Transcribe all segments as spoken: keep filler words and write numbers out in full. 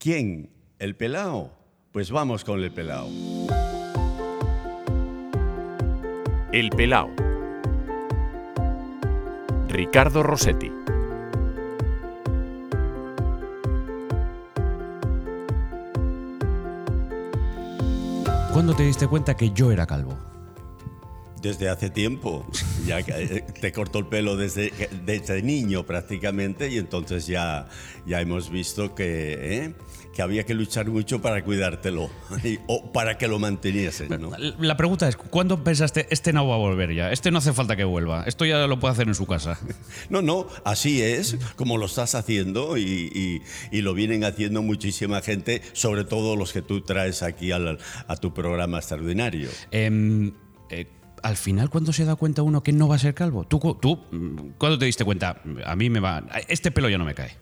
¿Quién? ¿El pelao? Pues vamos con el pelao. El pelao. Ricardo Rossetti. ¿Cuándo te diste cuenta que yo era calvo? Desde hace tiempo. Ya te cortó el pelo desde, desde niño prácticamente y entonces ya, ya hemos visto que, ¿eh? que había que luchar mucho para cuidártelo o para que lo manteniese, ¿no? La pregunta es, ¿cuándo pensaste, este no va a volver ya? Este no hace falta que vuelva, esto ya lo puede hacer en su casa? No, no, así es, como lo estás haciendo y, y, y lo vienen haciendo muchísima gente, sobre todo los que tú traes aquí al, a tu programa extraordinario. Eh, eh, Al final, ¿cuándo se da cuenta uno que no va a ser calvo? ¿Tú, tú cuándo te diste cuenta? A mí me va... Este pelo ya no me cae.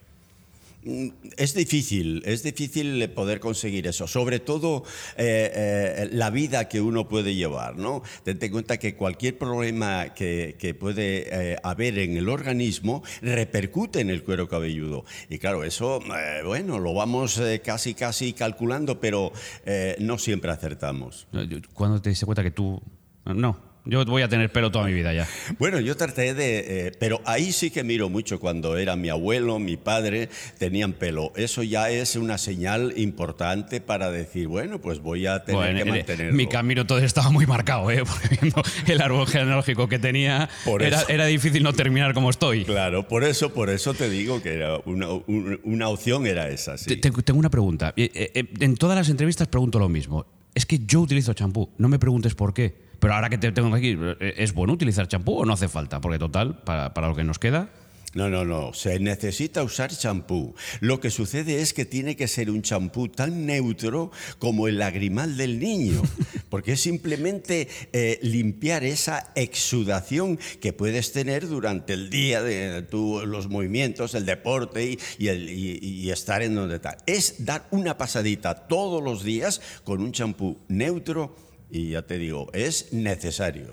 Es difícil, es difícil poder conseguir eso, sobre todo eh, eh, la vida que uno puede llevar, ¿no? Ten en cuenta que cualquier problema que, que puede eh, haber en el organismo repercute en el cuero cabelludo. Y claro, eso, eh, bueno, lo vamos eh, casi casi calculando, pero eh, no siempre acertamos. ¿Cuándo te diste cuenta que tú... No, yo voy a tener pelo toda mi vida ya? Bueno, yo traté de... Eh, pero ahí sí que miro mucho cuando era mi abuelo, mi padre, tenían pelo. Eso ya es una señal importante para decir, bueno, pues voy a tener bueno, que mantenerlo. Mi camino todo estaba muy marcado, ¿eh? Porque viendo el árbol genealógico que tenía, era, era difícil no terminar como estoy. Claro, por eso, por eso te digo que era una, una, una opción era esa, sí. Tengo una pregunta. En todas las entrevistas pregunto lo mismo. Es que yo utilizo champú, no me preguntes por qué. Pero ahora que te tengo aquí, ¿es bueno utilizar champú o no hace falta? Porque total, para, para lo que nos queda... No, no, no, se necesita usar champú. Lo que sucede es que tiene que ser un champú tan neutro como el lagrimal del niño, porque es simplemente eh, limpiar esa exudación que puedes tener durante el día de tu, los movimientos, el deporte y, y, el, y, y estar en donde está. Es dar una pasadita todos los días con un champú neutro y ya te digo, es necesario.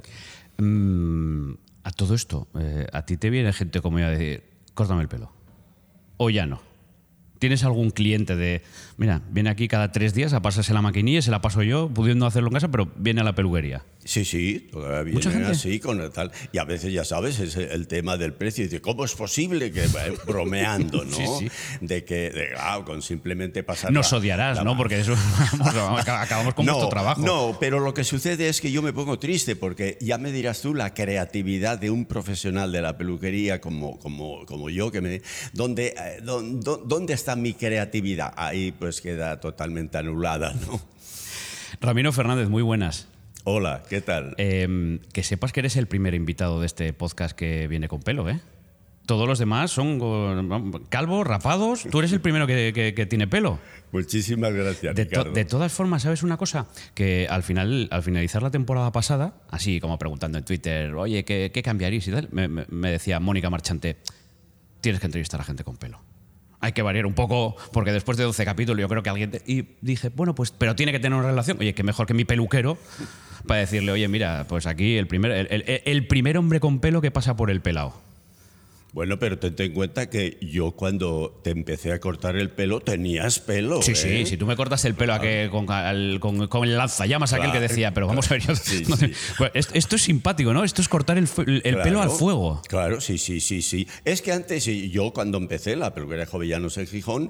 Mm, a todo esto, eh, ¿a ti te viene gente como yo a decir, córtame el pelo? ¿O ya no? ¿Tienes algún cliente de, mira, viene aquí cada tres días a pasarse la maquinilla, se la paso yo, pudiendo hacerlo en casa, pero viene a la peluquería? Sí, sí, todavía viene ¿Mucha gente? así con el tal. Y a veces, ya sabes, es el tema del precio. Y dice, ¿cómo es posible que bromeando, no? Sí, sí. De que, de, ah, con simplemente pasar. Nos la, odiarás, la, ¿no? Porque eso acabamos con no, nuestro trabajo. No, pero lo que sucede es que yo me pongo triste porque ya me dirás tú la creatividad de un profesional de la peluquería como, como, como yo, que me, ¿dónde, dónde, ¿dónde está mi creatividad? Ahí pues queda totalmente anulada, ¿no? Ramiro Fernández, muy buenas. Hola, ¿qué tal? Eh, que sepas que eres el primer invitado de este podcast que viene con pelo, ¿eh? Todos los demás son calvos, rapados. Tú eres el primero que, que, que tiene pelo. Muchísimas gracias, de Ricardo. To, de todas formas, ¿sabes una cosa? Que al final, al finalizar la temporada pasada, así como preguntando en Twitter, oye, ¿qué, qué cambiarías y tal? Me, me, me decía Mónica Marchante, tienes que entrevistar a gente con pelo. Hay que variar un poco, porque después de doce capítulos yo creo que alguien... Te... Y dije, bueno, pues, pero tiene que tener una relación. Oye, que mejor que mi peluquero para decirle, oye, mira, pues aquí el primer, el, el, el primer hombre con pelo que pasa por el pelao. Bueno, pero ten en cuenta que yo cuando te empecé a cortar el pelo tenías pelo. Sí, ¿eh? sí, si tú me cortas el pelo a que, con, al, con, con el lanzallamas aquel claro, que decía, pero vamos claro, a ver, yo, sí, no, sí. Pues esto es simpático, ¿no? Esto es cortar el, el claro, pelo al fuego. Claro, sí, sí, sí, sí. Es que antes, yo cuando empecé la peluquería Jovellanos en Gijón,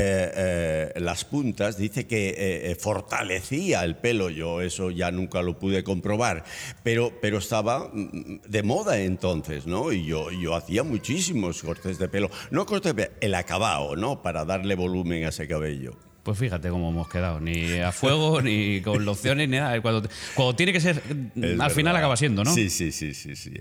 eh, eh, las puntas, dice que eh, fortalecía el pelo. Yo eso ya nunca lo pude comprobar, pero, pero estaba de moda entonces, ¿no? Y yo, yo hacía muchísimos cortes de pelo, no cortes de pelo, el acabado, ¿no? Para darle volumen a ese cabello. Pues fíjate cómo hemos quedado, ni a fuego, ni con lociones, ni nada. Cuando, cuando tiene que ser, es al verdad. final acaba siendo, ¿no? Sí, sí, sí, sí, sí.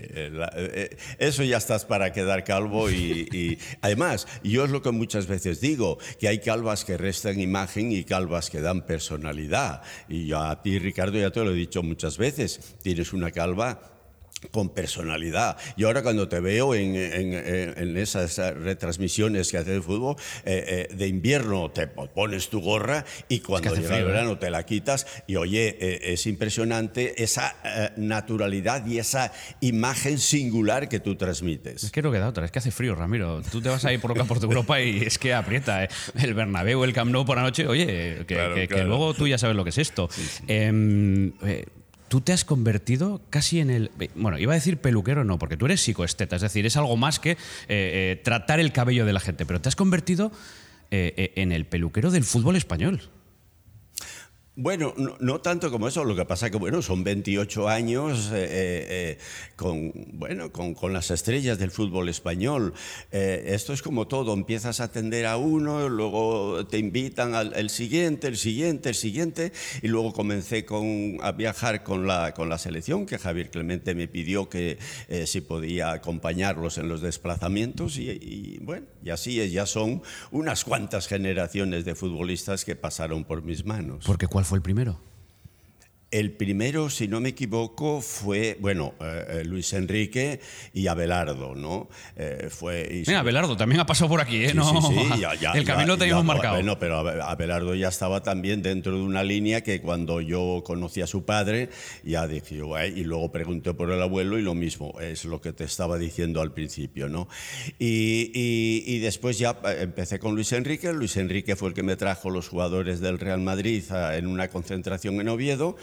Eso ya estás para quedar calvo y, y además, yo es lo que muchas veces digo, que hay calvas que restan imagen y calvas que dan personalidad. Y yo a ti, Ricardo, ya te lo he dicho muchas veces, tienes una calva con personalidad. Y ahora cuando te veo en, en, en esas retransmisiones que haces de fútbol, eh, eh, de invierno te pones tu gorra y cuando es que llega frío, el verano te la quitas y oye, eh, es impresionante esa eh, naturalidad y esa imagen singular que tú transmites. Es que no queda otra, es que hace frío, Ramiro. Tú te vas a ir por campos de Europa y es que aprieta, ¿eh? El Bernabéu, el Camp Nou por la noche, oye, que, claro, que, claro. que luego tú ya sabes lo que es esto. Sí, sí. Eh, eh, Tú te has convertido casi en el... Bueno, iba a decir peluquero, no, porque tú eres psicoesteta, es decir, es algo más que eh, eh, tratar el cabello de la gente, pero te has convertido eh, eh, en el peluquero del fútbol español. Bueno, no, no tanto como eso, lo que pasa que bueno, son veintiocho años eh, eh, con, bueno, con, con las estrellas del fútbol español. Eh, esto es como todo, empiezas a atender a uno, luego te invitan al el siguiente, el siguiente, el siguiente, y luego comencé con, a viajar con la, con la selección, que Javier Clemente me pidió que eh, si podía acompañarlos en los desplazamientos, y, y bueno, y así es, ya son unas cuantas generaciones de futbolistas que pasaron por mis manos. Porque ¿cuál fue el primero? El primero, si no me equivoco, fue, bueno, eh, Luis Enrique y Abelardo, ¿no? Eh, fue, y Mira, Abelardo también ha pasado por aquí, ¿eh? Sí, no, sí, sí, ya, ya, el camino ya, lo teníamos ya, marcado. Bueno, pero Abelardo ya estaba también dentro de una línea que cuando yo conocí a su padre, ya dije, "Guay", y luego pregunté por el abuelo y lo mismo, es lo que te estaba diciendo al principio, ¿no? Y, y, y después ya empecé con Luis Enrique. Luis Enrique fue el que me trajo los jugadores del Real Madrid a, en una concentración en Oviedo.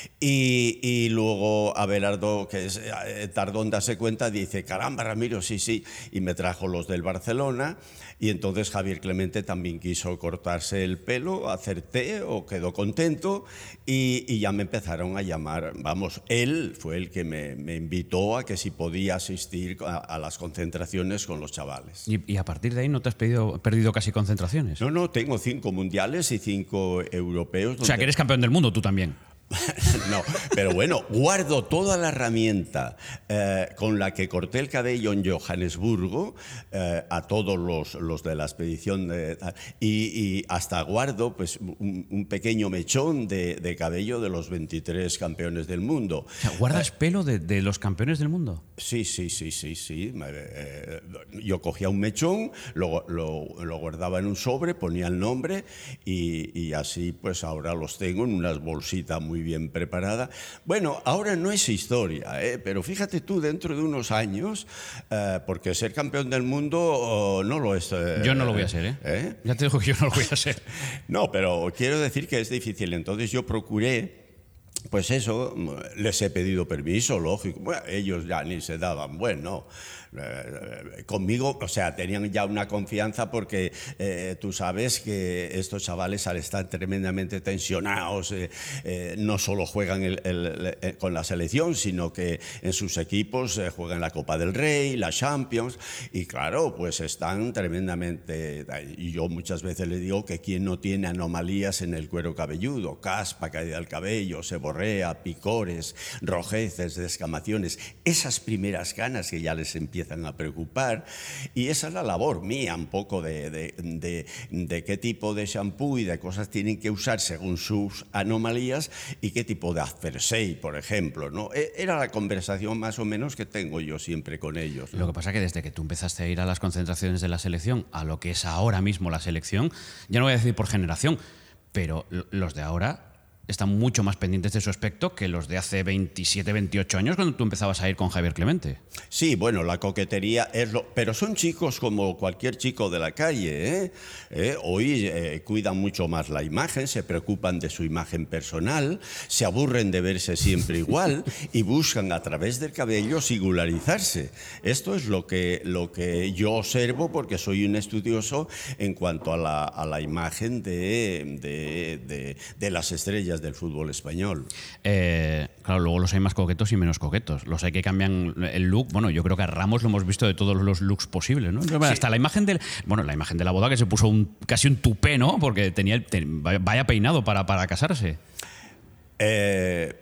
Y, y luego Abelardo, que es, eh, tardó en darse cuenta, dice, caramba, Ramiro, sí, sí, y me trajo los del Barcelona. Y entonces Javier Clemente también quiso cortarse el pelo, acerté o quedó contento y, y ya me empezaron a llamar. Vamos, él fue el que me, me invitó a que si podía asistir a, a las concentraciones con los chavales. ¿Y, y a partir de ahí no te has pedido, perdido casi concentraciones? No, no, tengo cinco mundiales y cinco europeos. O sea, que eres campeón del mundo tú también. No, pero bueno, guardo toda la herramienta eh, con la que corté el cabello en Johannesburgo eh, a todos los, los de la expedición de, y, y hasta guardo pues un, un pequeño mechón de, de cabello de los veintitrés campeones del mundo. O sea, ¿guardas eh, pelo de, de los campeones del mundo? Sí, sí, sí, sí, sí. Eh, yo cogía un mechón, lo, lo, lo guardaba en un sobre, ponía el nombre y, y así pues ahora los tengo en unas bolsitas muy bien preparada. Bueno, ahora no es historia, ¿eh? Pero fíjate tú, dentro de unos años, eh, porque ser campeón del mundo oh, no lo es. Eh, yo no lo voy a ser, ¿eh? ¿eh? Ya te digo que yo no lo voy a ser. No, pero quiero decir que es difícil. Entonces yo procuré, pues eso, les he pedido permiso, lógico. Bueno, ellos ya ni se daban, bueno, eh, conmigo, o sea, tenían ya una confianza porque eh, tú sabes que estos chavales al estar tremendamente tensionados, eh, eh, no solo juegan el, el, el, con la selección, sino que en sus equipos eh, juegan la Copa del Rey, la Champions, y claro, pues están tremendamente... Y yo muchas veces les digo que quien no tiene anomalías en el cuero cabelludo, caspa, caída del cabello, seborrea, picores, rojeces, descamaciones, esas primeras canas que ya les empiezan a preocupar, y esa es la labor mía un poco de, de, de, de qué tipo de shampoo y de cosas tienen que usar según sus anomalías y qué tipo de aftershave, por ejemplo, ¿no? Era la conversación más o menos que tengo yo siempre con ellos, ¿no? Lo que pasa es que desde que tú empezaste a ir a las concentraciones de la selección a lo que es ahora mismo la selección, ya no voy a decir por generación, pero los de ahora están mucho más pendientes de su aspecto que los de hace veintisiete, veintiocho años cuando tú empezabas a ir con Javier Clemente. Sí, bueno, la coquetería es lo... Pero son chicos como cualquier chico de la calle, ¿eh? ¿Eh? Hoy eh, cuidan mucho más la imagen, se preocupan de su imagen personal, se aburren de verse siempre igual y buscan a través del cabello singularizarse. Esto es lo que, lo que yo observo porque soy un estudioso en cuanto a la, a la imagen de, de, de, de las estrellas del fútbol español. Eh, claro, luego los hay más coquetos y menos coquetos. Los hay que cambian el look. Bueno, yo creo que a Ramos lo hemos visto de todos los looks posibles, ¿no? Sí. Hasta la imagen del, bueno, la imagen de la boda que se puso un, casi un tupé, ¿no? Porque tenía el, ten, vaya peinado para, para casarse. Eh,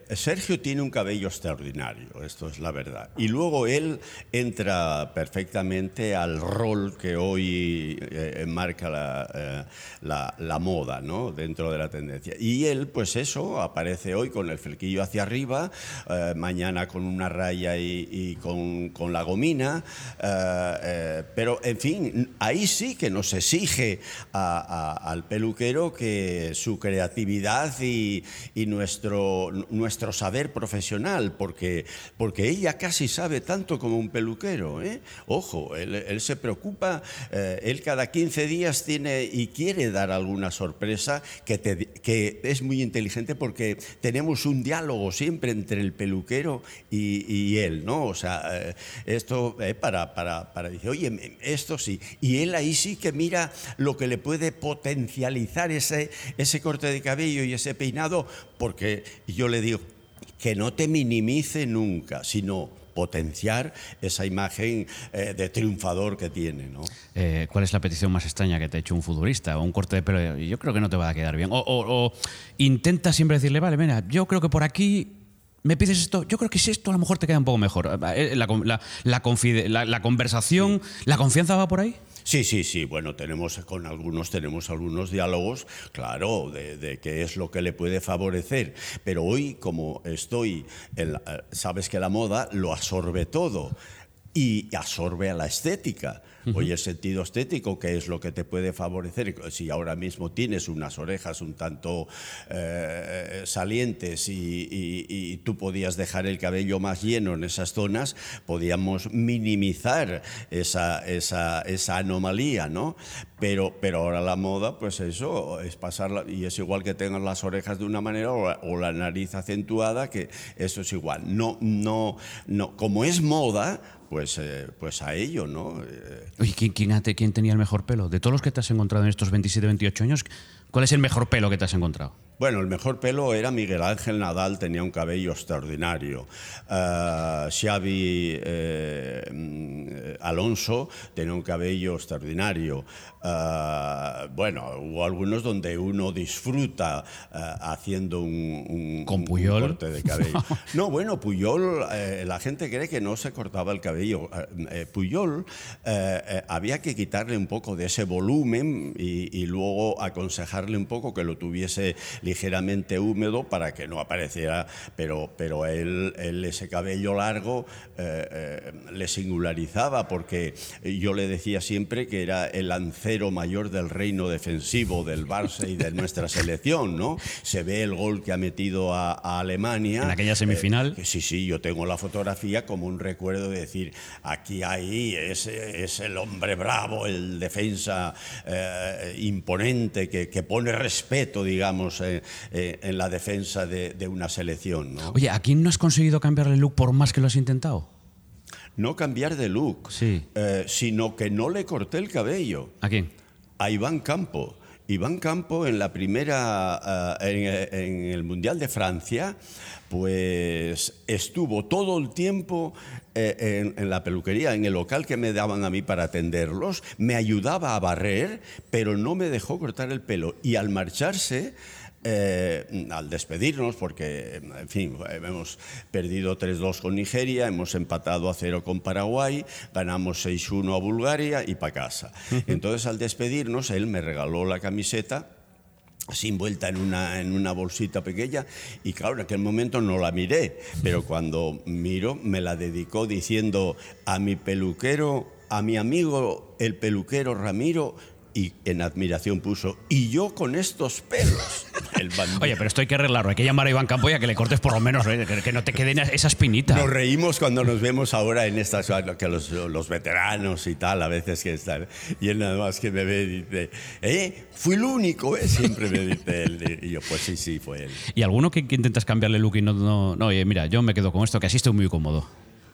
Sergio tiene un cabello extraordinario, esto es la verdad. Y luego él entra perfectamente al rol que hoy eh, marca la, eh, la, la moda, ¿no? Dentro de la tendencia. Y él, pues eso, aparece hoy con el flequillo hacia arriba, eh, mañana con una raya y, y con, con la gomina. Eh, eh, pero, en fin, ahí sí que nos exige a, a, al peluquero que su creatividad y, y nuestro, nuestro saber profesional, porque, porque ella casi sabe tanto como un peluquero, ¿eh? Ojo, él, él se preocupa, eh, él cada quince días tiene y quiere dar alguna sorpresa que, te, que es muy inteligente porque tenemos un diálogo siempre entre el peluquero y, y él, ¿no? O sea, eh, esto eh, para, para, para decir, oye, esto sí. Y él ahí sí que mira lo que le puede potencializar ese, ese corte de cabello y ese peinado, porque yo le digo que no te minimice nunca, sino potenciar esa imagen eh, de triunfador que tiene, ¿no? Eh, ¿Cuál es la petición más extraña que te ha hecho un futbolista? O un corte de pelo, yo creo que no te va a quedar bien. O, o, o intenta siempre decirle, vale, mira, yo creo que por aquí me pides esto, yo creo que si esto a lo mejor te queda un poco mejor. La, la, la, confide, la, la conversación, sí. ¿La confianza va por ahí? Sí, sí, sí. Bueno, tenemos con algunos tenemos algunos diálogos, claro, de, de qué es lo que le puede favorecer. Pero hoy, como estoy, el, sabes que la moda lo absorbe todo y absorbe a la estética. Hoy el sentido estético, ¿qué es lo que te puede favorecer? Si ahora mismo tienes unas orejas un tanto eh, salientes y, y, y tú podías dejar el cabello más lleno en esas zonas, podíamos minimizar esa, esa, esa anomalía, ¿no? Pero, pero ahora la moda, pues eso, es pasarla, y es igual que tengan las orejas de una manera o la, o la nariz acentuada, que eso es igual. No, no, no. Como es moda, pues, eh, pues a ello, ¿no? Eh, Oye, ¿quién, quién, ¿quién tenía el mejor pelo? De todos los que te has encontrado en estos veintisiete, veintiocho años, ¿cuál es el mejor pelo que te has encontrado? Bueno, el mejor pelo era Miguel Ángel Nadal, tenía un cabello extraordinario. Uh, Xavi eh, Alonso tenía un cabello extraordinario. Uh, bueno, hubo algunos donde uno disfruta uh, haciendo un, un, ¿Con Puyol? un corte de cabello. No, bueno, Puyol, eh, la gente cree que no se cortaba el cabello. Eh, Puyol eh, eh, había que quitarle un poco de ese volumen y, y luego aconsejarle un poco que lo tuviese ligeramente húmedo para que no apareciera, pero, pero él, él ese cabello largo eh, eh, le singularizaba, porque yo le decía siempre que era el lancero mayor del reino defensivo del Barça y de nuestra selección, ¿no? Se ve el gol que ha metido a, a Alemania. En aquella semifinal. Eh, sí, sí, yo tengo la fotografía como un recuerdo de decir, aquí ahí es, es el hombre bravo, el defensa eh, imponente que, que pone respeto, digamos, eh, Eh, en la defensa de, de una selección, ¿no? Oye, ¿a quién no has conseguido cambiarle el look por más que lo has intentado? No cambiar de look, sí. eh, sino que no le corté el cabello. ¿A quién? A Iván Campo. Iván Campo en la primera, uh, en, en el Mundial de Francia, pues estuvo todo el tiempo eh, en, en la peluquería, en el local que me daban a mí para atenderlos, me ayudaba a barrer, pero no me dejó cortar el pelo. Y al marcharse, Eh, al despedirnos, porque en fin, hemos perdido tres dos con Nigeria, hemos empatado a cero con Paraguay, ganamos seis uno a Bulgaria y para casa. Entonces, al despedirnos, él me regaló la camiseta así envuelta en una, en una bolsita pequeña, y claro, en aquel momento no la miré, pero cuando miro me la dedicó diciendo: a mi peluquero, a mi amigo el peluquero Ramiro, y en admiración puso: y yo con estos pelos. El Oye, pero esto hay que arreglarlo, hay que llamar a Iván Campo y a que le cortes por lo menos, ¿eh? que, que no te queden esa espinita. Nos reímos cuando nos vemos ahora en estas, que los, los veteranos y tal, a veces que están, y él nada más que me ve y dice: ¿eh? Fui el único, ¿eh? Siempre me dice él. Y yo, pues sí, sí, fue él. ¿Y alguno que, que intentas cambiarle look y no, no, no, oye, mira, yo me quedo con esto, que así estoy muy cómodo?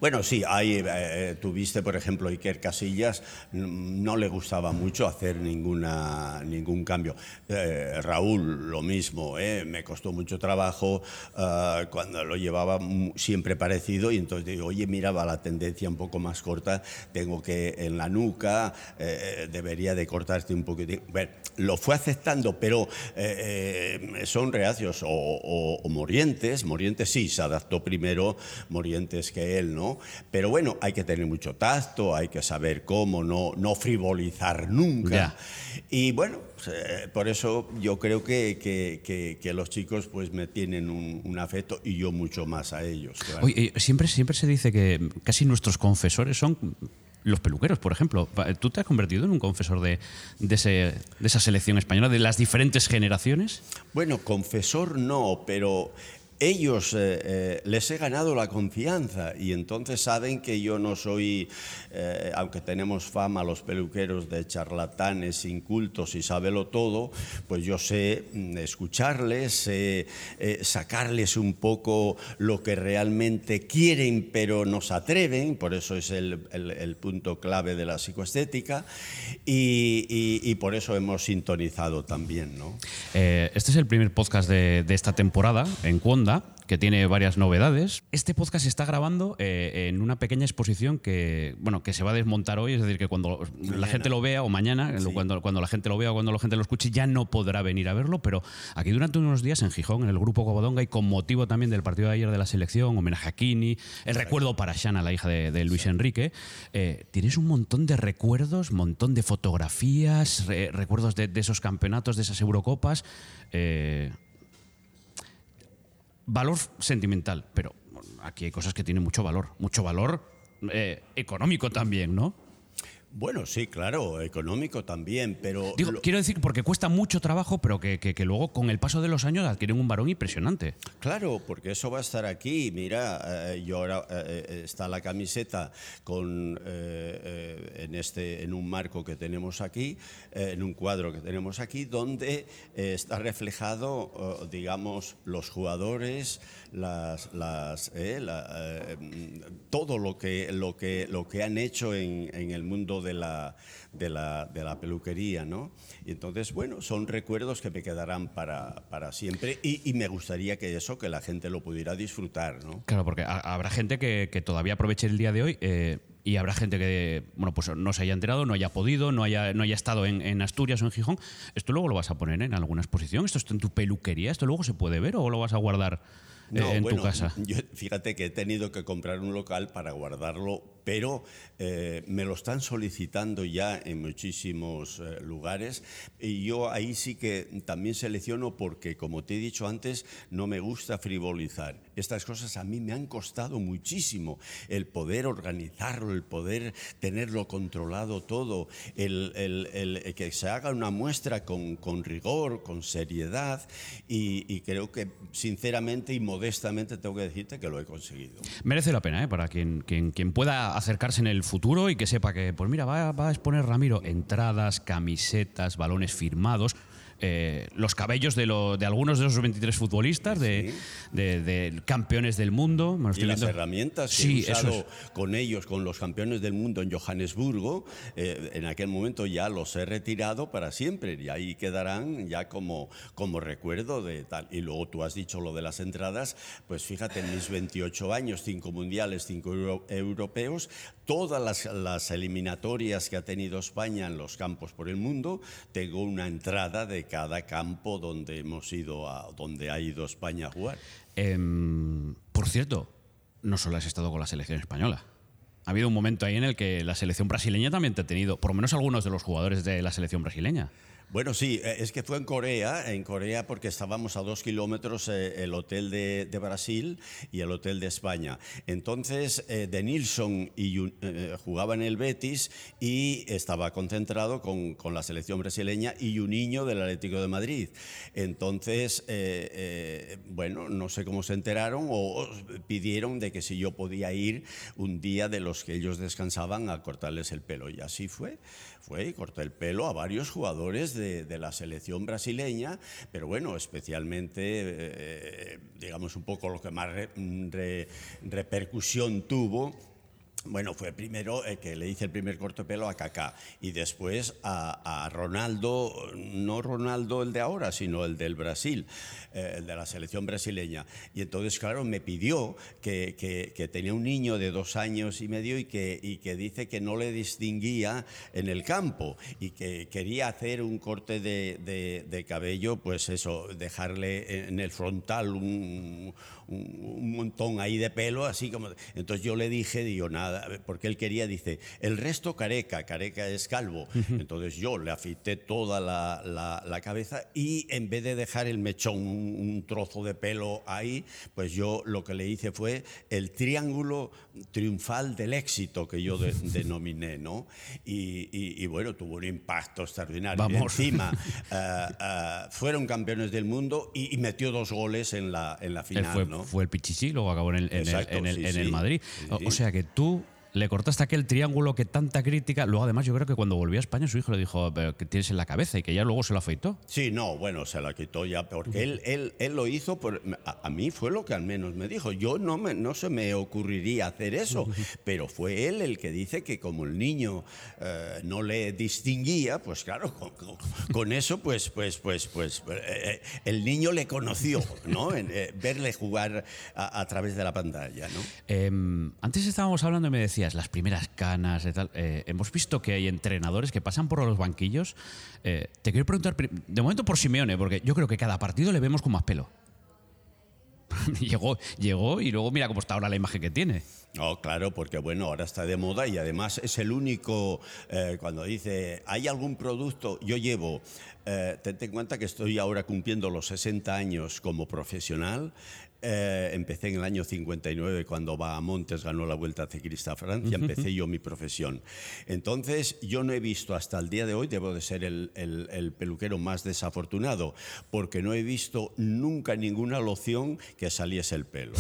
Bueno, sí, hay, eh, tuviste, por ejemplo, Iker Casillas, no le gustaba mucho hacer ninguna, ningún cambio. Eh, Raúl, lo mismo, eh, me costó mucho trabajo uh, cuando lo llevaba siempre parecido y entonces digo, oye, mira, va la tendencia un poco más corta, tengo que en la nuca, eh, debería de cortarte un poquitín. Bueno, lo fue aceptando, pero eh, eh, son reacios o, o, o Morientes, Morientes sí, se adaptó primero Morientes que él, ¿no? Pero bueno, hay que tener mucho tacto, hay que saber cómo, no, no frivolizar nunca. Ya. Y bueno, eh, por eso yo creo que, que, que, que los chicos pues me tienen un, un afecto y yo mucho más a ellos. Claro. Oye, siempre, siempre se dice que casi nuestros confesores son los peluqueros, por ejemplo. ¿Tú te has convertido en un confesor de, de, ese, de esa selección española, de las diferentes generaciones? Bueno, confesor no, pero ellos eh, eh, les he ganado la confianza y entonces saben que yo no soy, eh, aunque tenemos fama los peluqueros de charlatanes, incultos y sábelo todo, pues yo sé mm, escucharles, sé eh, sacarles un poco lo que realmente quieren pero no se atreven, por eso es el, el, el punto clave de la psicoestética y, y, y por eso hemos sintonizado también, ¿no? Eh, este es el primer podcast de, de esta temporada en Cuonda, que tiene varias novedades. Este podcast se está grabando eh, en una pequeña exposición que, bueno, que se va a desmontar hoy, es decir, que cuando mañana. la gente lo vea, o mañana, sí. cuando, cuando la gente lo vea o cuando la gente lo escuche, ya no podrá venir a verlo, pero aquí durante unos días en Gijón, en el Grupo Covadonga, y con motivo también del partido de ayer de la selección, homenaje a Kini, el recuerdo para Xana, la hija de, de Luis Enrique, eh, tienes un montón de recuerdos, montón de fotografías, re, recuerdos de, de esos campeonatos, de esas Eurocopas. Eh, Valor sentimental, pero aquí hay cosas que tienen mucho valor, mucho valor eh, económico también, ¿no? Bueno, sí, claro, económico también, pero... Digo, lo... quiero decir, porque cuesta mucho trabajo, pero que, que, que luego con el paso de los años adquieren un valor impresionante. Claro, porque eso va a estar aquí. Mira, eh, yo ahora eh, está la camiseta con eh, eh, en este en un marco que tenemos aquí, eh, en un cuadro que tenemos aquí, donde eh, está reflejado, eh, digamos, los jugadores, las, las, eh, la, eh, todo lo que lo que lo que han hecho en, en el mundo de la, de la, de la peluquería, ¿no? Y entonces, bueno, son recuerdos que me quedarán para, para siempre y, y me gustaría que eso, que la gente lo pudiera disfrutar, ¿no? Claro, porque ha, habrá gente que, que todavía aproveche el día de hoy eh, y habrá gente que, bueno, pues no se haya enterado, no haya podido, no haya, no haya estado en, en Asturias o en Gijón. ¿Esto luego lo vas a poner en alguna exposición? ¿Esto está en tu peluquería? ¿Esto luego se puede ver o lo vas a guardar eh, no, en bueno, tu casa? Yo, fíjate que he tenido que comprar un local para guardarlo, pero eh, me lo están solicitando ya en muchísimos eh, lugares y yo ahí sí que también selecciono porque, como te he dicho antes, no me gusta frivolizar. Estas cosas a mí me han costado muchísimo, el poder organizarlo, el poder tenerlo controlado todo, el, el, el, el que se haga una muestra con, con rigor, con seriedad y, y creo que sinceramente y modestamente tengo que decirte que lo he conseguido. Merece la pena, ¿eh? Para quien, quien, quien pueda acercarse en el futuro y que sepa que, pues mira, va, va a exponer Ramiro entradas, camisetas, balones firmados, eh, los cabellos de, lo, de algunos de esos veintitrés futbolistas, de, sí. de, de campeones del mundo. Me y las viendo. herramientas que sí, he usado es. con ellos, con los campeones del mundo en Johannesburgo, eh, en aquel momento ya los he retirado para siempre y ahí quedarán ya como, como recuerdo de tal. Y luego tú has dicho lo de las entradas, pues fíjate, en mis veintiocho años, cinco mundiales, cinco euro, europeos, todas las, las eliminatorias que ha tenido España en los campos por el mundo, tengo una entrada de cada campo donde hemos ido a, donde ha ido España a jugar. Eh, por cierto, no solo has estado con la selección española. Ha habido un momento ahí en el que la selección brasileña también te ha tenido, por lo menos algunos de los jugadores de la selección brasileña. Bueno, sí, es que fue en Corea, en Corea porque estábamos a dos kilómetros eh, el hotel de, de Brasil y el hotel de España. Entonces, eh, Denilson y, eh, jugaba en el Betis y estaba concentrado con, con la selección brasileña y un niño del Atlético de Madrid. Entonces, eh, eh, bueno, no sé cómo se enteraron o pidieron de que si yo podía ir un día de los que ellos descansaban a cortarles el pelo. Y así fue. Fue y corté el pelo a varios jugadores de, de la selección brasileña, pero bueno, especialmente, eh, digamos, un poco lo que más re, re, repercusión tuvo Bueno, fue primero el que le hice el primer corte de pelo a Kaká y después a, a Ronaldo, no Ronaldo el de ahora, sino el del Brasil, eh, el de la selección brasileña. Y entonces, claro, me pidió que, que, que tenía un niño de dos años y medio y que, y que dice que no le distinguía en el campo y que quería hacer un corte de, de, de cabello, pues eso, dejarle en el frontal un, un, un montón ahí de pelo, así como... Entonces yo le dije, digo, nada, porque él quería, dice, el resto careca, careca es calvo. Uh-huh. Entonces yo le afeité toda la, la, la cabeza y en vez de dejar el mechón, un, un trozo de pelo ahí, pues yo lo que le hice fue el triángulo triunfal del éxito que yo de, denominé, ¿no? Y, y, y bueno, tuvo un impacto extraordinario. Vamos. Y encima uh, uh, fueron campeones del mundo y, y metió dos goles en la, en la final, fue, ¿no? Fue el Pichichi, luego acabó en el, en Exacto, el, en el, sí, en el sí. Madrid. Sí, O, sí. o sea que tú le cortaste aquel triángulo que tanta crítica. Luego, además, yo creo que cuando volvió a España, su hijo le dijo, pero que tienes en la cabeza, y que ya luego se lo afeitó. Sí, no, bueno, se la quitó ya, porque él, él, él lo hizo, por, a, a mí fue lo que al menos me dijo. Yo no, me, no se me ocurriría hacer eso, pero fue él el que dice que como el niño eh, no le distinguía, pues claro, con, con, con eso, pues, pues, pues, pues eh, el niño le conoció, ¿no? En, eh, verle jugar a, a través de la pantalla, ¿no? Eh, antes estábamos hablando y me decías las primeras canas y tal. Eh, hemos visto que hay entrenadores que pasan por los banquillos. Eh, te quiero preguntar, de momento por Simeone, porque yo creo que cada partido le vemos con más pelo. llegó, llegó y luego mira cómo está ahora la imagen que tiene. Oh, claro, porque bueno, ahora está de moda y además es el único, eh, cuando dice, ¿hay algún producto? Yo llevo, eh, ten en cuenta que estoy ahora cumpliendo los sesenta años como profesional. Eh, empecé en el año cincuenta y nueve cuando Bahamontes ganó la Vuelta Ciclista a Francia, uh-huh. Empecé yo mi profesión. Entonces yo no he visto hasta el día de hoy, debo de ser el, el, el peluquero más desafortunado, porque no he visto nunca ninguna loción que saliese el pelo.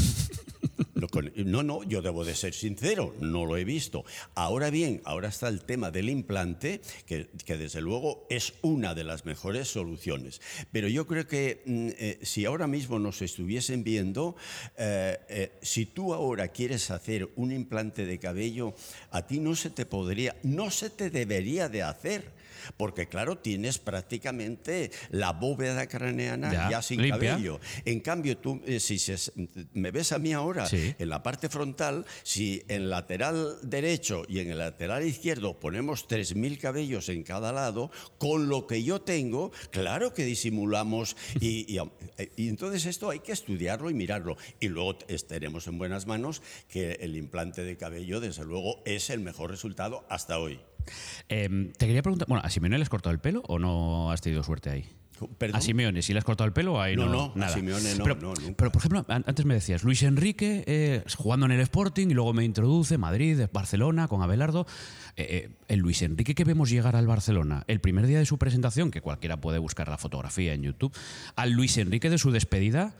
No, no, yo debo de ser sincero, no lo he visto. Ahora bien, ahora está el tema del implante, que, que desde luego es una de las mejores soluciones. Pero yo creo que eh, si ahora mismo nos estuviesen viendo, eh, eh, si tú ahora quieres hacer un implante de cabello, a ti no se te podría, no se te debería de hacer. Porque claro, tienes prácticamente la bóveda craneana ya, ya sin limpia. Cabello. En cambio, tú, eh, si se, me ves a mí ahora, sí. En la parte frontal, si en el lateral derecho y en el lateral izquierdo ponemos tres mil cabellos en cada lado, con lo que yo tengo, claro que disimulamos. y, y, y entonces esto hay que estudiarlo y mirarlo. Y luego estaremos en buenas manos que el implante de cabello, desde luego, es el mejor resultado hasta hoy. Eh, te quería preguntar, bueno, ¿a Simeone le has cortado el pelo o no has tenido suerte ahí? ¿Perdón? A Simeone, si le has cortado el pelo, ahí no, no, no nada. A Simeone no, pero, no, nunca. Pero, por ejemplo, antes me decías, Luis Enrique eh, jugando en el Sporting y luego me introduce Madrid, Barcelona, con Abelardo. Eh, eh, el Luis Enrique que vemos llegar al Barcelona el primer día de su presentación, que cualquiera puede buscar la fotografía en YouTube, al Luis Enrique de su despedida,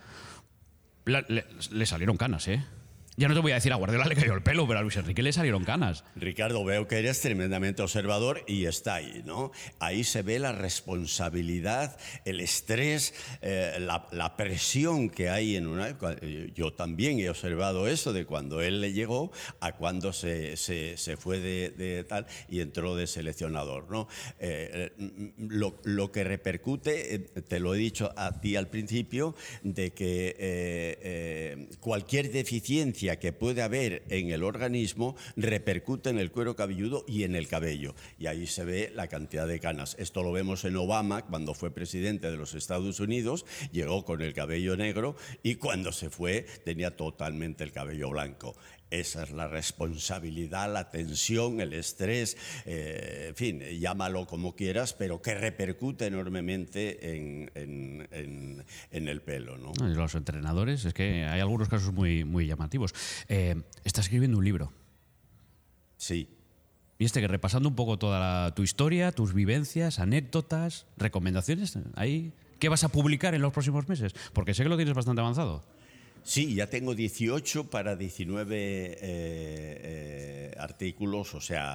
la, le, le salieron canas, ¿eh? Ya no te voy a decir a Guardiola le cayó el pelo, pero a Luis Enrique le salieron canas. Ricardo, veo que eres tremendamente observador y está ahí, ¿no? Ahí se ve la responsabilidad, el estrés, eh, la, la presión que hay en una... Yo también he observado eso de cuando él le llegó a cuando se, se, se fue de, de tal y entró de seleccionador, ¿no? Eh, lo, lo que repercute, te lo he dicho a ti al principio, de que eh, eh, cualquier deficiencia que puede haber en el organismo repercute en el cuero cabelludo y en el cabello. Y ahí se ve la cantidad de canas. Esto lo vemos en Obama, cuando fue presidente de los Estados Unidos, llegó con el cabello negro y cuando se fue tenía totalmente el cabello blanco. Esa es la responsabilidad, la tensión, el estrés, eh, en fin, llámalo como quieras, pero que repercute enormemente en, en, en, en el pelo, ¿no? Los entrenadores, es que hay algunos casos muy, muy llamativos. Eh, está escribiendo un libro. Sí. Y este que repasando un poco toda la, tu historia, tus vivencias, anécdotas, recomendaciones, ahí, ¿qué vas a publicar en los próximos meses? Porque sé que lo tienes bastante avanzado. Sí, ya tengo dieciocho para diecinueve eh, eh, artículos, o sea...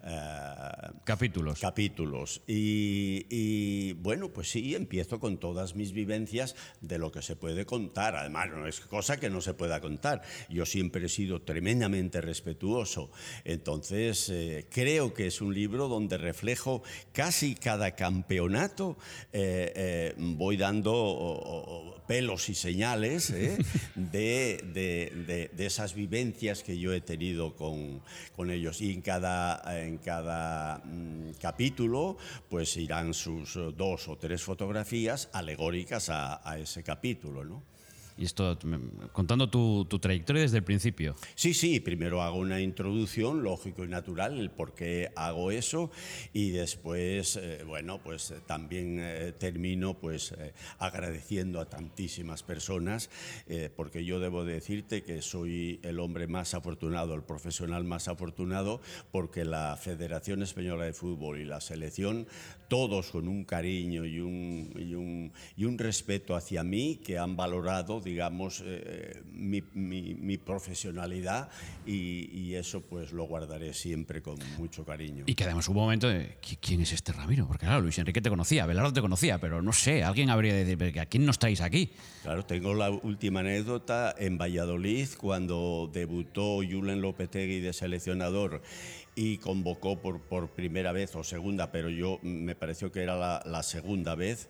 Eh, capítulos. Capítulos. Y, y, bueno, pues sí, empiezo con todas mis vivencias de lo que se puede contar. Además, no es cosa que no se pueda contar. Yo siempre he sido tremendamente respetuoso. Entonces, eh, creo que es un libro donde reflejo casi cada campeonato. Eh, eh, voy dando o, o, pelos y señales, ¿eh? De, de, de, de esas vivencias que yo he tenido con, con ellos. Y en cada, en cada mm, capítulo pues irán sus dos o tres fotografías alegóricas a, a ese capítulo, ¿no? Y esto, contando tu, tu trayectoria desde el principio. Sí, sí, primero hago una introducción, lógico y natural, el por qué hago eso, y después, eh, bueno, pues eh, también eh, termino pues eh, agradeciendo a tantísimas personas, eh, porque yo debo decirte que soy el hombre más afortunado, el profesional más afortunado, porque la Federación Española de Fútbol y la selección, todos con un cariño y un, y un, y un respeto hacia mí, que han valorado, digamos, eh, mi, mi, mi profesionalidad, y, y eso pues lo guardaré siempre con mucho cariño. Y que además hubo un momento de ¿quién es este Ramiro? Porque claro, Luis Enrique te conocía, Belardo te conocía, pero no sé, alguien habría de decir, ¿a quién no estáis aquí? Claro, tengo la última anécdota en Valladolid, cuando debutó Julen Lopetegui de seleccionador y convocó por, por primera vez o segunda, pero yo me pareció que era la, la segunda vez,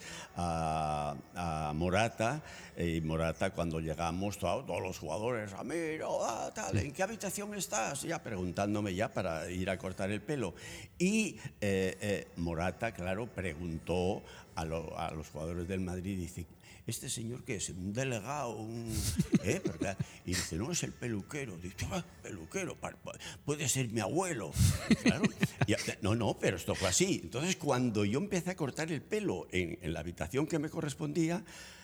a, a Morata. Y Morata, cuando llegamos, todo, todos los jugadores, Ramiro, ah, tal, ¿en qué habitación estás? Ya preguntándome ya para ir a cortar el pelo. Y eh, eh, Morata, claro, preguntó a, lo, a los jugadores del Madrid, dice, ¿este señor qué es? ¿Un delegado? Un, ¿eh? ¿Verdad? Y dice, no, es el peluquero. Dice, ah, peluquero, puede ser mi abuelo. Claro. Y, no, no, pero esto fue así. Entonces, cuando yo empecé a cortar el pelo en, en la habitación que me correspondía,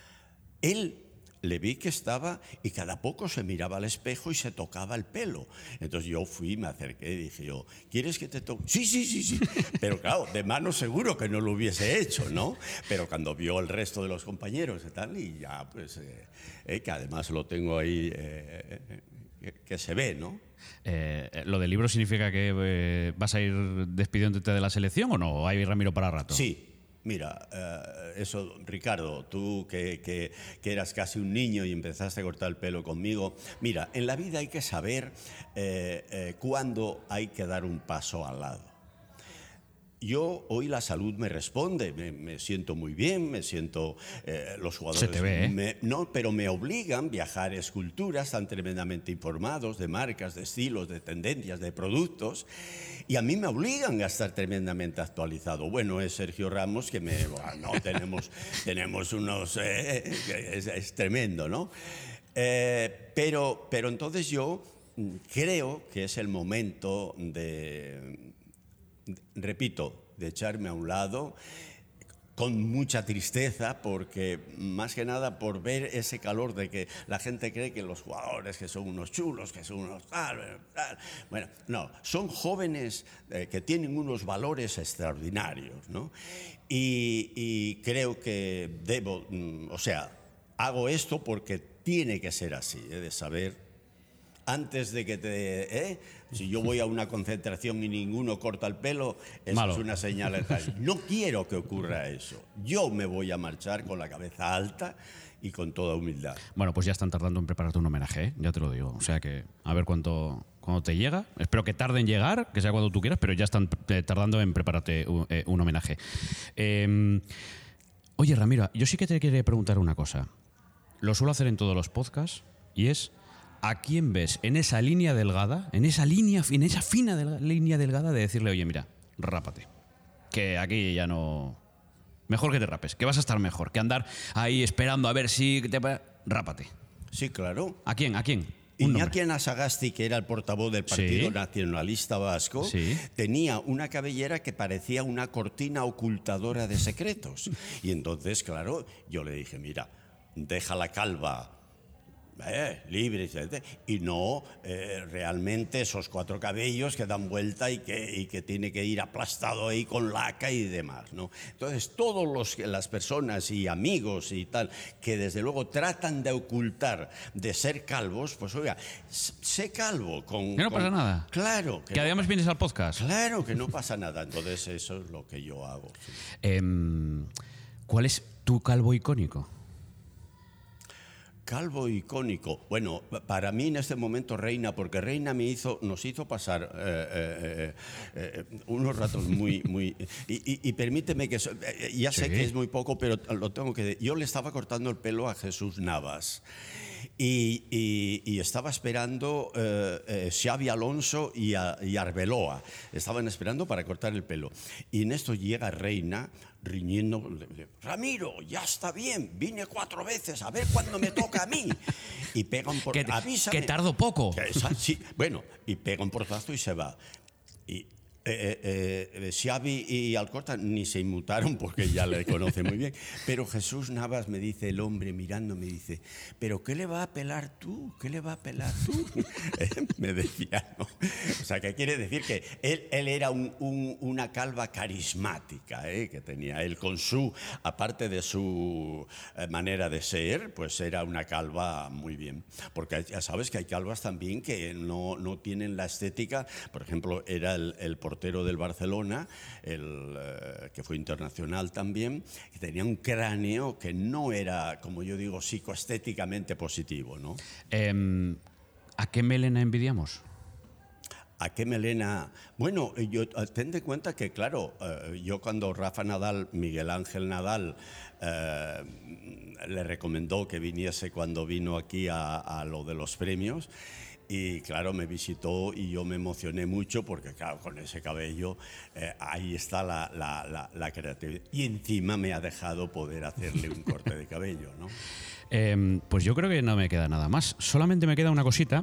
él le vi que estaba y cada poco se miraba al espejo y se tocaba el pelo. Entonces yo fui, me acerqué y dije yo, ¿quieres que te toque? Sí, sí, sí, sí. Pero claro, de mano seguro que no lo hubiese hecho, ¿no? Pero cuando vio el resto de los compañeros y tal, y ya pues, eh, eh, que además lo tengo ahí, eh, eh, que, que se ve, ¿no? Eh, ¿Lo del libro significa que eh, vas a ir despidiéndote de la selección o no? ¿O hay Ramiro para rato? Sí. Mira, eh, eso, Ricardo, tú que, que, que eras casi un niño y empezaste a cortar el pelo conmigo, mira, en la vida hay que saber eh, eh, cuándo hay que dar un paso al lado. Yo hoy la salud me responde, me, me siento muy bien, me siento, eh, los jugadores... Se te ve, ¿eh? me, no, pero me obligan a viajar a esculturas, están tremendamente informados de marcas, de estilos, de tendencias, de productos, y a mí me obligan a estar tremendamente actualizado. Bueno, es Sergio Ramos que me... Bueno, tenemos, tenemos unos... Eh, es, es tremendo, ¿no? Eh, pero, pero entonces yo creo que es el momento de... repito, de echarme a un lado con mucha tristeza, porque más que nada por ver ese calor de que la gente cree que los jugadores que son unos chulos, que son unos tal, tal. Bueno, no, son jóvenes eh, que tienen unos valores extraordinarios, ¿no? Y, y creo que debo, mm, o sea, hago esto porque tiene que ser así, ¿eh? De saber antes de que te... ¿eh? Si yo voy a una concentración y ninguno corta el pelo, eso Malo. Es una señal de tal. No quiero que ocurra eso. Yo me voy a marchar con la cabeza alta y con toda humildad. Bueno, pues ya están tardando en prepararte un homenaje, ¿eh? Ya te lo digo. O sea que a ver cuánto, cuándo te llega. Espero que tarde en llegar, que sea cuando tú quieras, pero ya están eh, tardando en prepararte un, eh, un homenaje. Eh, oye, Ramiro, yo sí que te quería preguntar una cosa. Lo suelo hacer en todos los podcasts y es... ¿a quién ves en esa línea delgada, en esa línea, en esa fina del, línea delgada de decirle, oye, mira, rápate, que aquí ya no... Mejor que te rapes, que vas a estar mejor, que andar ahí esperando a ver si te... Rápate. Sí, claro. ¿A quién? ¿A quién? Un Iñaki Anasagasti, que era el portavoz del Partido Sí. Nacionalista Vasco, Sí. tenía una cabellera que parecía una cortina ocultadora de secretos. Y entonces, claro, yo le dije, mira, deja la calva Eh, libres, y no eh, realmente esos cuatro cabellos que dan vuelta y que, y que tiene que ir aplastado ahí con laca y demás, ¿no? Entonces, todas los, las personas y amigos y tal que desde luego tratan de ocultar de ser calvos, pues oiga, sé calvo con... Que no con, pasa nada. Claro. Que, que además no, vienes al podcast. Claro que no pasa nada. Entonces, eso es lo que yo hago. Sí. Eh, ¿Cuál es tu calvo icónico? Calvo icónico. Bueno, para mí en este momento Reina, porque Reina me hizo, nos hizo pasar eh, eh, eh, unos ratos muy... muy y, y, y permíteme que... Ya sé sí. que es muy poco, pero lo tengo que decir. Yo le estaba cortando el pelo a Jesús Navas. Y, y, y estaba esperando eh, eh, Xavi Alonso y, a, y Arbeloa. Estaban esperando para cortar el pelo. Y en esto llega Reina riñendo. Ramiro, ya está bien. Vine cuatro veces. A ver cuándo me toca a mí. Y pega un portazo. Avísame. Que tardo poco. Sí, bueno, y pega un portazo y se va. Y... Eh, eh, eh, Xavi y Alcorta ni se inmutaron porque ya le conoce muy bien, pero Jesús Navas me dice, el hombre mirando me dice, ¿pero qué le va a pelar tú? ¿Qué le va a pelar tú? Me decía, ¿no? O sea, que quiere decir que él, él era un, un, una calva carismática, ¿eh? Que tenía él con su, aparte de su eh, manera de ser, pues era una calva muy bien, porque ya sabes que hay calvas también que no, no tienen la estética, por ejemplo, era el, el portero del Barcelona, el, eh, que fue internacional también, que tenía un cráneo que no era, como yo digo, psicoestéticamente positivo, ¿no? Eh, ¿A qué melena envidiamos? ¿A qué melena? Bueno, yo ten en cuenta que, claro, eh, yo cuando Rafa Nadal, Miguel Ángel Nadal, eh, le recomendó que viniese cuando vino aquí a, a lo de los premios, y claro, me visitó y yo me emocioné mucho porque, claro, con ese cabello, eh, ahí está la, la, la, la creatividad. Y encima me ha dejado poder hacerle un corte de cabello, ¿no? Eh, pues yo creo que no me queda nada más. Solamente me queda una cosita.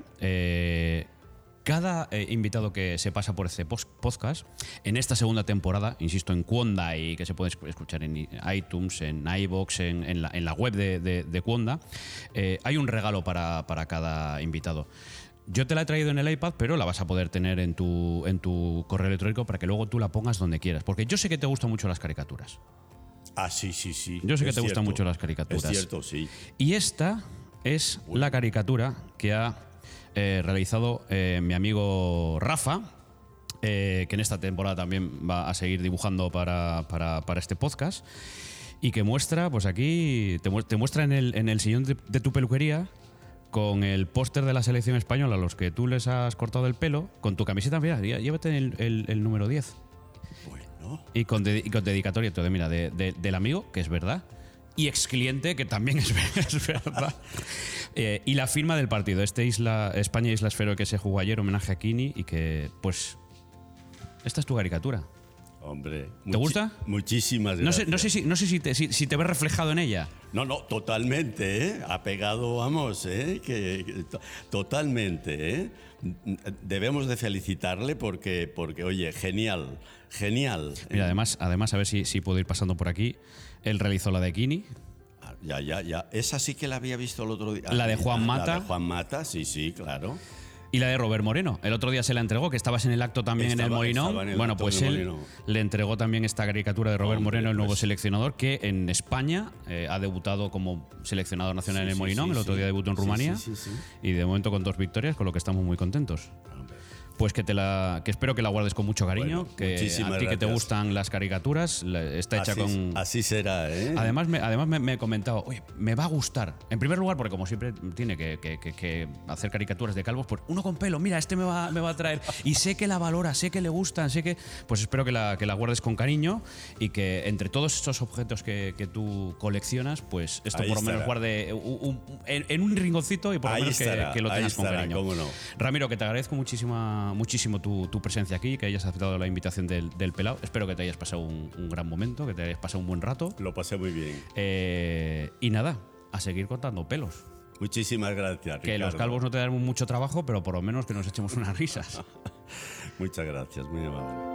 Eh, cada eh, invitado que se pasa por este podcast, en esta segunda temporada, insisto, en Cuonda, y que se puede escuchar en iTunes, en iVoox, en, en, la, en la web de, de, de Cuonda, eh, hay un regalo para, para cada invitado. Yo te la he traído en el iPad, pero la vas a poder tener en tu, en tu correo electrónico para que luego tú la pongas donde quieras. Porque yo sé que te gustan mucho las caricaturas. Ah, sí, sí, sí. Yo sé que es te cierto. gustan mucho las caricaturas. Es cierto, sí. Y esta es bueno. la caricatura que ha eh, realizado eh, mi amigo Rafa, eh, que en esta temporada también va a seguir dibujando para, para, para este podcast, y que muestra, pues aquí, te, te muestra en el, en el sillón de, de tu peluquería, con el póster de la selección española a los que tú les has cortado el pelo, con tu camiseta, mira, llévate el, el, el número diez. Bueno. Y con, de, y con dedicatoria todo, mira, de, de, del amigo, que es verdad, y ex cliente, que también es, es verdad. eh, y la firma del partido, este Isla, España-Isla Esfero que se jugó ayer, homenaje a Kini, y que, pues, esta es tu caricatura. Hombre, ¿te gusta? Muchísimas gracias. No sé, no sé, si, no sé si, te, si, si te ves reflejado en ella. No, no, totalmente, ¿eh? Ha pegado, vamos, ¿eh? Que, que, totalmente, ¿eh? Debemos de felicitarle porque, porque oye, genial, genial. Mira, además, además a ver si, si puedo ir pasando por aquí, él realizó la de Kini. Ya, ya, ya. Esa sí que la había visto el otro día. La de Juan Mata. La de Juan Mata, sí, sí, claro. Y la de Robert Moreno. El otro día se la entregó, que estabas en el acto también estaba, en el Molinón. En el bueno, pues él Molinón. le entregó también esta caricatura de Robert Hombre, Moreno, el nuevo pues, seleccionador, que en España eh, ha debutado como seleccionador nacional sí, en el sí, Molinón. Sí, el otro sí. día debutó en sí, Rumanía. Sí, sí, sí. Y de momento con dos victorias, con lo que estamos muy contentos. Hombre. Pues que te la que espero que la guardes con mucho cariño, Bueno, que a ti gracias. que te gustan las caricaturas, está hecha así, con... Así será, ¿eh? Además me, además me, me he comentado, oye, me va a gustar. En primer lugar, porque como siempre tiene que, que, que, que hacer caricaturas de calvos, pues uno con pelo, mira, este me va, me va a traer. Y sé que la valora, sé que le gustan, sé que... Pues espero que la, que la guardes con cariño y que entre todos estos objetos que, que tú coleccionas, pues esto ahí por lo estará. menos guarde un, un, en, en un rinconcito y por lo Ahí menos estará, que, que lo tengas ahí estará, con cariño. cómo no. Ramiro, que te agradezco muchísima, muchísimo tu, tu presencia aquí, que hayas aceptado la invitación del, del pelao. Espero que te hayas pasado un, un gran momento, que te hayas pasado un buen rato. Lo pasé muy bien. Eh, y nada, a seguir cortando pelos. Muchísimas gracias, Que Ricardo. los calvos no te dan mucho trabajo, pero por lo menos que nos echemos unas risas. Muchas gracias, muy amable.